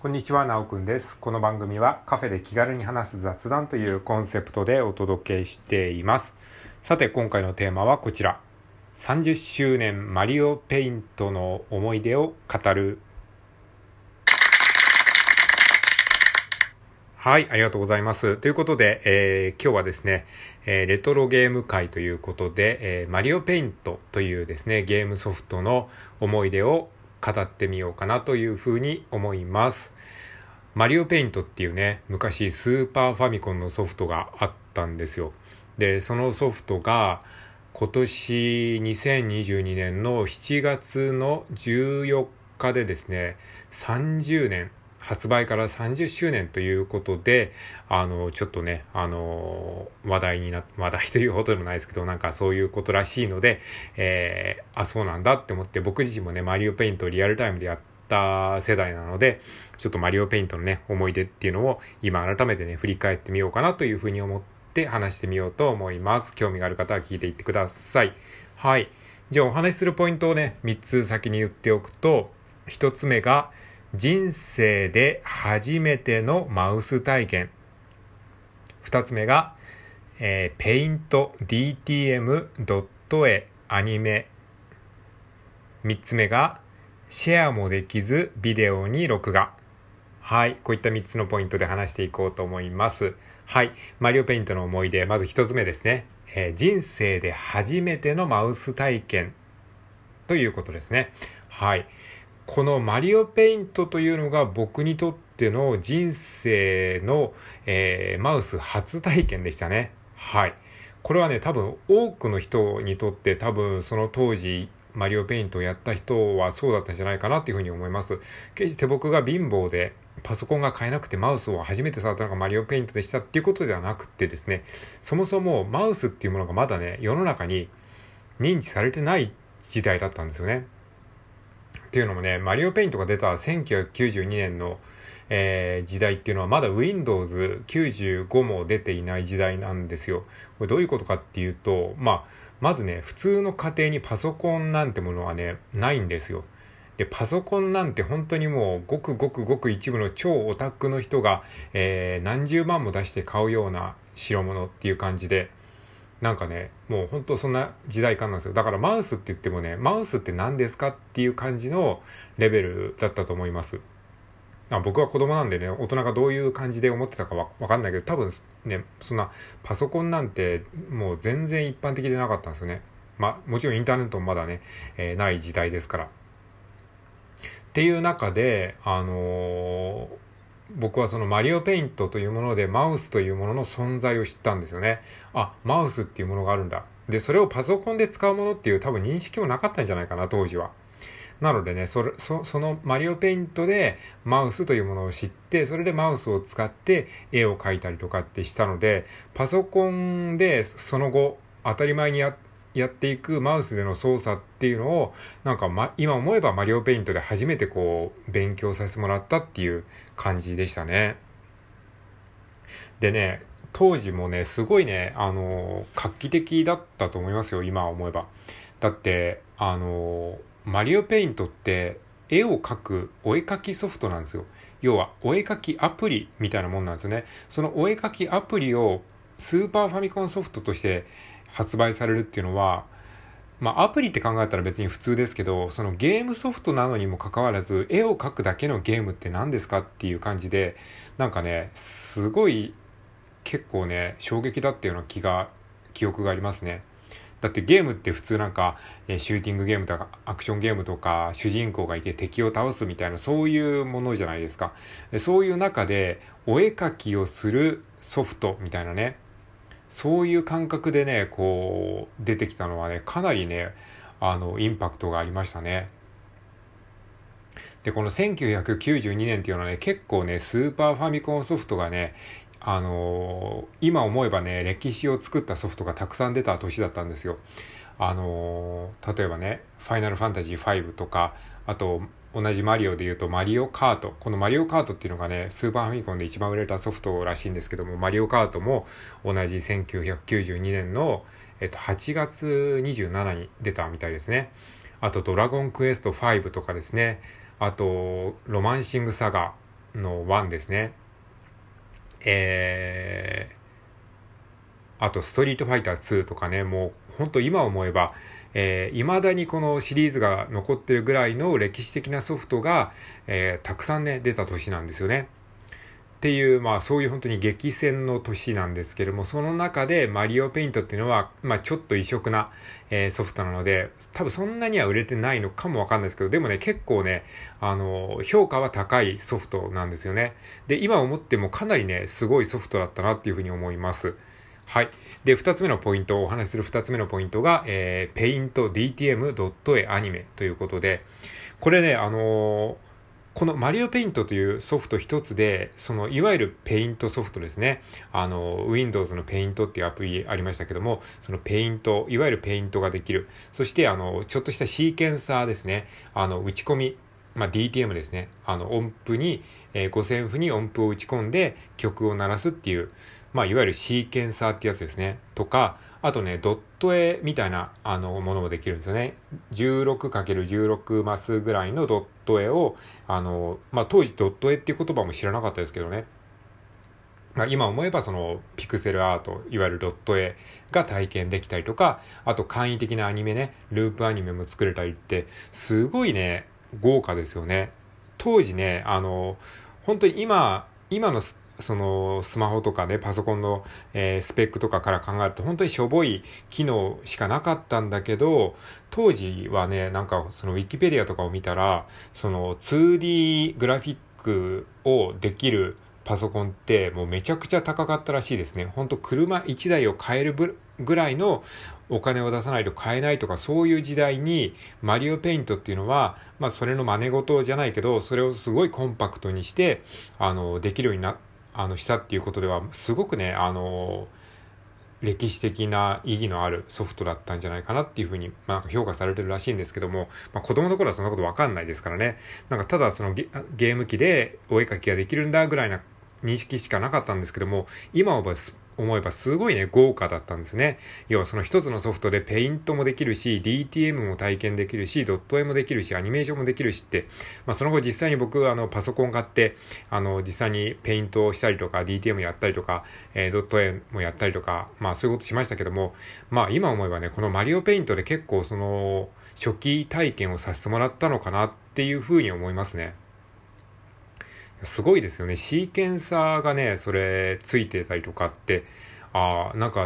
こんにちは、なおくんです。この番組はカフェで気軽に話す雑談というコンセプトでお届けしています。さて、今回のテーマはこちら。30周年マリオペイントの思い出を語る。はい、ありがとうございます。ということで、今日はですね、レトロゲーム会ということで、マリオペイントというですね、ゲームソフトの思い出を語ってみようかなというふうに思います。マリオペイントっていうね、昔スーパーファミコンのソフトがあったんですよ。で、そのソフトが今年2022年の7月の14日でですね、30年、発売から30周年ということで、ちょっとね、話題というほどでもないですけど、なんかそういうことらしいので、そうなんだって思って、僕自身もね、マリオペイントをリアルタイムでやった世代なので、ちょっとマリオペイントのね、思い出っていうのを今改めてね、振り返ってみようかなというふうに思って話してみようと思います。興味がある方は聞いていってください。はい。じゃあお話しするポイントをね、3つ先に言っておくと、1つ目が、人生で初めてのマウス体験。2つ目が、ペイント DTM ドット絵アニメ。3つ目が、シェアもできずビデオに録画。はい、こういった3つのポイントで話していこうと思います。はい、マリオペイントの思い出、まず1つ目ですね。人生で初めてのマウス体験ということですね。はい。このマリオペイントというのが僕にとっての人生の、マウス初体験でしたね。はい。これはね、多分多くの人にとって多分その当時マリオペイントをやった人はそうだったんじゃないかなっていうふうに思います。決して僕が貧乏でパソコンが買えなくてマウスを初めて触ったのがマリオペイントでしたっていうことではなくてですね、そもそもマウスっていうものがまだね、世の中に認知されてない時代だったんですよね。っていうのもね、マリオペイントが出た1992年の、時代っていうのはまだ Windows 95も出ていない時代なんですよ。これどういうことかっていうと、まずね、普通の家庭にパソコンなんてものはね、ないんですよ。で、パソコンなんて本当にもうごくごくごく一部の超オタクの人が、何十万も出して買うような代物っていう感じで、なんかね、もう本当そんな時代感なんですよ。だからマウスって言ってもね、マウスって何ですかっていう感じのレベルだったと思います。僕は子供なんでね、大人がどういう感じで思ってたかわかんないけど、多分ね、そんなパソコンなんてもう全然一般的でなかったんですよね。もちろんインターネットもまだね、ない時代ですから。っていう中で、僕はそのマリオペイントというものでマウスというものの存在を知ったんですよね。マウスっていうものがあるんだ。で、それをパソコンで使うものっていう多分認識もなかったんじゃないかな、当時は。なのでね、そのマリオペイントでマウスというものを知って、それでマウスを使って絵を描いたりとかってしたので、パソコンでその後当たり前にやっていくマウスでの操作っていうのをなんか、今思えばマリオペイントで初めてこう勉強させてもらったっていう感じでしたね。でね、当時もね、すごいね、画期的だったと思いますよ、今思えば。だって、マリオペイントって絵を描くお絵描きソフトなんですよ。要はお絵描きアプリみたいなもんなんですよね。そのお絵描きアプリをスーパーファミコンソフトとして発売されるっていうのは、アプリって考えたら別に普通ですけど、そのゲームソフトなのにもかかわらず、絵を描くだけのゲームって何ですかっていう感じで、なんかね、すごい結構ね、衝撃だったような記憶がありますね。だってゲームって普通なんか、シューティングゲームとかアクションゲームとか主人公がいて敵を倒すみたいなそういうものじゃないですか。そういう中でお絵描きをするソフトみたいなね、そういう感覚でね、こう、出てきたのはね、かなりね、インパクトがありましたね。で、この1992年っていうのはね、結構ね、スーパーファミコンソフトがね、今思えばね、歴史を作ったソフトがたくさん出た年だったんですよ。例えばね、ファイナルファンタジー5とか、あと、同じマリオで言うとマリオカート。このマリオカートっていうのがね、スーパーファミコンで一番売れたソフトらしいんですけども、マリオカートも同じ1992年の、8月27に出たみたいですね。あと、ドラゴンクエスト5とかですね。あと、ロマンシングサガ。 の1ですね。あとストリートファイター2とかね、もう本当今思えば、未だにこのシリーズが残ってるぐらいの歴史的なソフトが、たくさんね、出た年なんですよね。っていう、まあそういう本当に激戦の年なんですけれども、その中でマリオペイントっていうのは、まあちょっと異色な、ソフトなので、多分そんなには売れてないのかもわかんないですけど、でもね、結構ね、評価は高いソフトなんですよね。で、今思ってもかなりね、すごいソフトだったなっていうふうに思います。はい。で、二つ目のポイント、お話しする二つ目のポイントが、ペイント DTM.A アニメということで、これね、このマリオペイントというソフト一つで、いわゆるペイントソフトですね。Windows のペイントっていうアプリありましたけども、そのペイント、いわゆるペイントができる。そして、ちょっとしたシーケンサーですね。打ち込み、まあ、DTM ですね。音符に、五線譜に音符を打ち込んで曲を鳴らすっていう、まあ、いわゆるシーケンサーってやつですね。とか、あとね、ドット絵みたいな、ものもできるんですよね。16×16 マスぐらいのドット絵を、まあ、当時ドット絵っていう言葉も知らなかったですけどね。まあ、今思えばピクセルアート、いわゆるドット絵が体験できたりとか、あと簡易的なアニメね、ループアニメも作れたりって、すごいね、豪華ですよね。当時ね、本当に今のスマホとかね、パソコンの、スペックとかから考えると本当にしょぼい機能しかなかったんだけど、当時はね、なんかウィキペディアとかを見たら、2D グラフィックをできるパソコンってもうめちゃくちゃ高かったらしいですね。本当車1台を買えるぐらいのお金を出さないと買えないとか、そういう時代にマリオペイントっていうのは、まあそれの真似事じゃないけど、それをすごいコンパクトにして、できるようにしたっていうことでは、すごくね、歴史的な意義のあるソフトだったんじゃないかなっていうふうに、まあ、なんか評価されてるらしいんですけども、まあ、子供の頃はそんなことわかんないですからね。なんかただゲーム機でお絵描きができるんだぐらいな認識しかなかったんですけども、今思えばすごいね、豪華だったんですね。要はその一つのソフトでペイントもできるし、DTM も体験できるし、ドット絵もできるし、アニメーションもできるしって、まあその後実際に僕パソコン買って、実際にペイントをしたりとか、DTM やったりとか、ドット絵もやったりとか、まあそういうことしましたけども、まあ今思えばね、このマリオペイントで結構初期体験をさせてもらったのかなっていうふうに思いますね。すごいですよね。シーケンサーがね、それついてたりとかって、なんか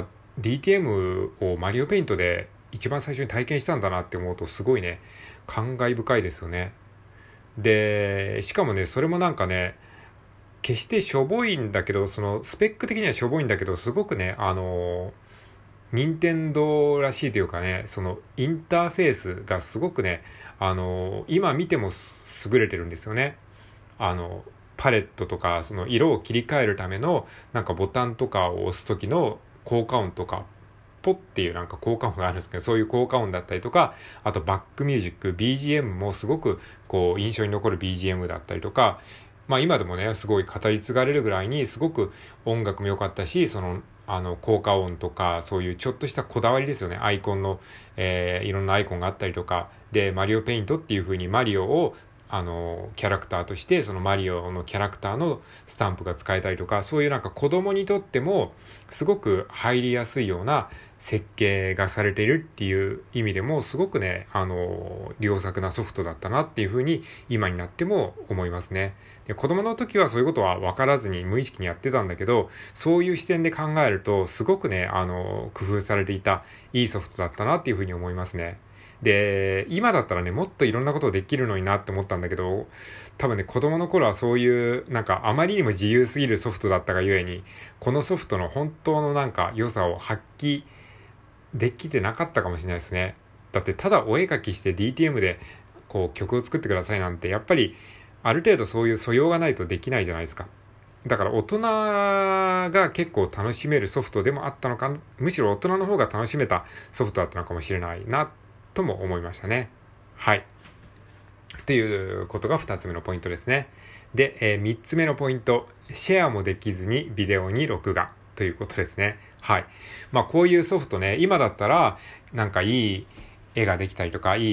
DTM をマリオペイントで一番最初に体験したんだなって思うとすごいね、感慨深いですよね。で、しかもね、それもなんかね、決してしょぼいんだけど、スペック的にはしょぼいんだけど、すごくね、任天堂らしいというかね、インターフェースがすごくね、今見ても優れてるんですよね。パレットとか、色を切り替えるための、なんかボタンとかを押すときの効果音とか、ポっていうなんか効果音があるんですけど、そういう効果音だったりとか、あとバックミュージック、BGM もすごくこう印象に残る BGM だったりとか、まあ今でもね、すごい語り継がれるぐらいにすごく音楽も良かったし、効果音とか、そういうちょっとしたこだわりですよね。アイコンの、いろんなアイコンがあったりとか、で、マリオペイントっていう風にマリオをキャラクターとして、そのマリオのキャラクターのスタンプが使えたりとか、そういうなんか子供にとっても、すごく入りやすいような設計がされているっていう意味でも、すごくね、良作なソフトだったなっていうふうに、今になっても思いますね。で、子供の時はそういうことは分からずに無意識にやってたんだけど、そういう視点で考えると、すごくね、工夫されていたいいソフトだったなっていうふうに思いますね。で、今だったらね、もっといろんなことできるのになって思ったんだけど、多分ね、子供の頃はそういう、なんかあまりにも自由すぎるソフトだったがゆえに、このソフトの本当のなんか良さを発揮できてなかったかもしれないですね。だってただお絵描きして DTM でこう曲を作ってくださいなんて、やっぱりある程度そういう素養がないとできないじゃないですか。だから大人が結構楽しめるソフトでもあったのか、むしろ大人の方が楽しめたソフトだったのかもしれないなとも思いましたね。はい。ということが2つ目のポイントですね。で、3つ目のポイント、シェアもできずにビデオに録画ということですね。はい。まあこういうソフトね、今だったらなんかいい絵ができたりとか、いい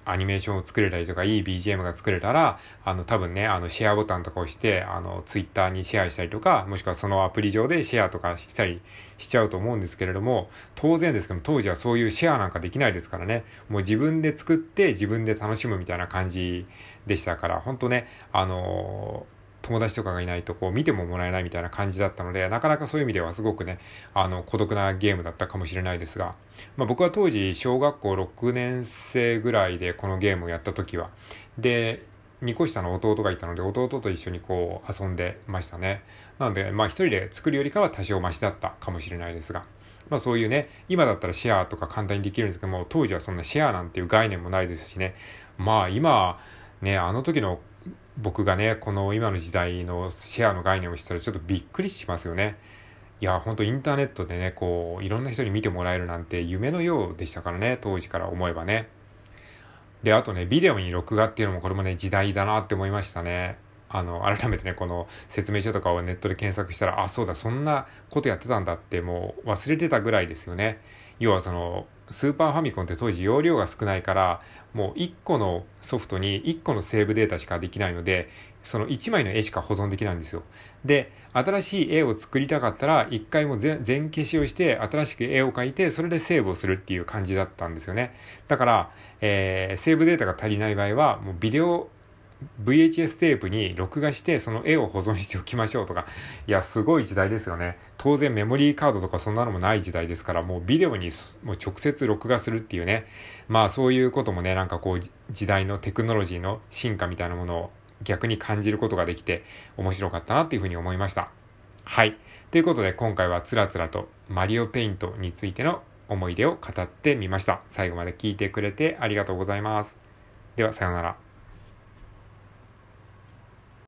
アニメーションを作れたりとか、いい BGM が作れたら、多分ね、シェアボタンとか押して、ツイッターにシェアしたりとか、もしくはそのアプリ上でシェアとかしたりしちゃうと思うんですけれども、当然ですけども、当時はそういうシェアなんかできないですからね、もう自分で作って自分で楽しむみたいな感じでしたから、本当ね、友達とかがいないとこう見てももらえないみたいな感じだったので、なかなかそういう意味ではすごくね、孤独なゲームだったかもしれないですが、僕は当時小学校6年生ぐらいでこのゲームをやった時は、で、2個下の弟がいたので、弟と一緒にこう遊んでましたね。なので、一人で作るよりかは多少マシだったかもしれないですが、そういうね、今だったらシェアとか簡単にできるんですけども、当時はそんなシェアなんていう概念もないですしね、今、ね、あの時の僕がね、この今の時代のシェアの概念をしたらちょっとびっくりしますよね。いや、ほんとインターネットでね、こう、いろんな人に見てもらえるなんて夢のようでしたからね、当時から思えばね。で、あとね、ビデオに録画っていうのもこれもね、時代だなって思いましたね。改めてね、この説明書とかをネットで検索したら、あ、そうだ、そんなことやってたんだってもう忘れてたぐらいですよね。要はその、スーパーファミコンって当時容量が少ないから、もう1個のソフトに1個のセーブデータしかできないので、その1枚の絵しか保存できないんですよ。で、新しい絵を作りたかったら、一回も全消しをして、新しく絵を描いて、それでセーブをするっていう感じだったんですよね。だから、セーブデータが足りない場合は、もうビデオ、VHS テープに録画してその絵を保存しておきましょうとか。いや、すごい時代ですよね。当然メモリーカードとかそんなのもない時代ですから、もうビデオにもう直接録画するっていうね。そういうこともね、なんかこう時代のテクノロジーの進化みたいなものを逆に感じることができて面白かったなっていうふうに思いました。はい。ということで今回はつらつらとマリオペイントについての思い出を語ってみました。最後まで聞いてくれてありがとうございます。ではさようなら。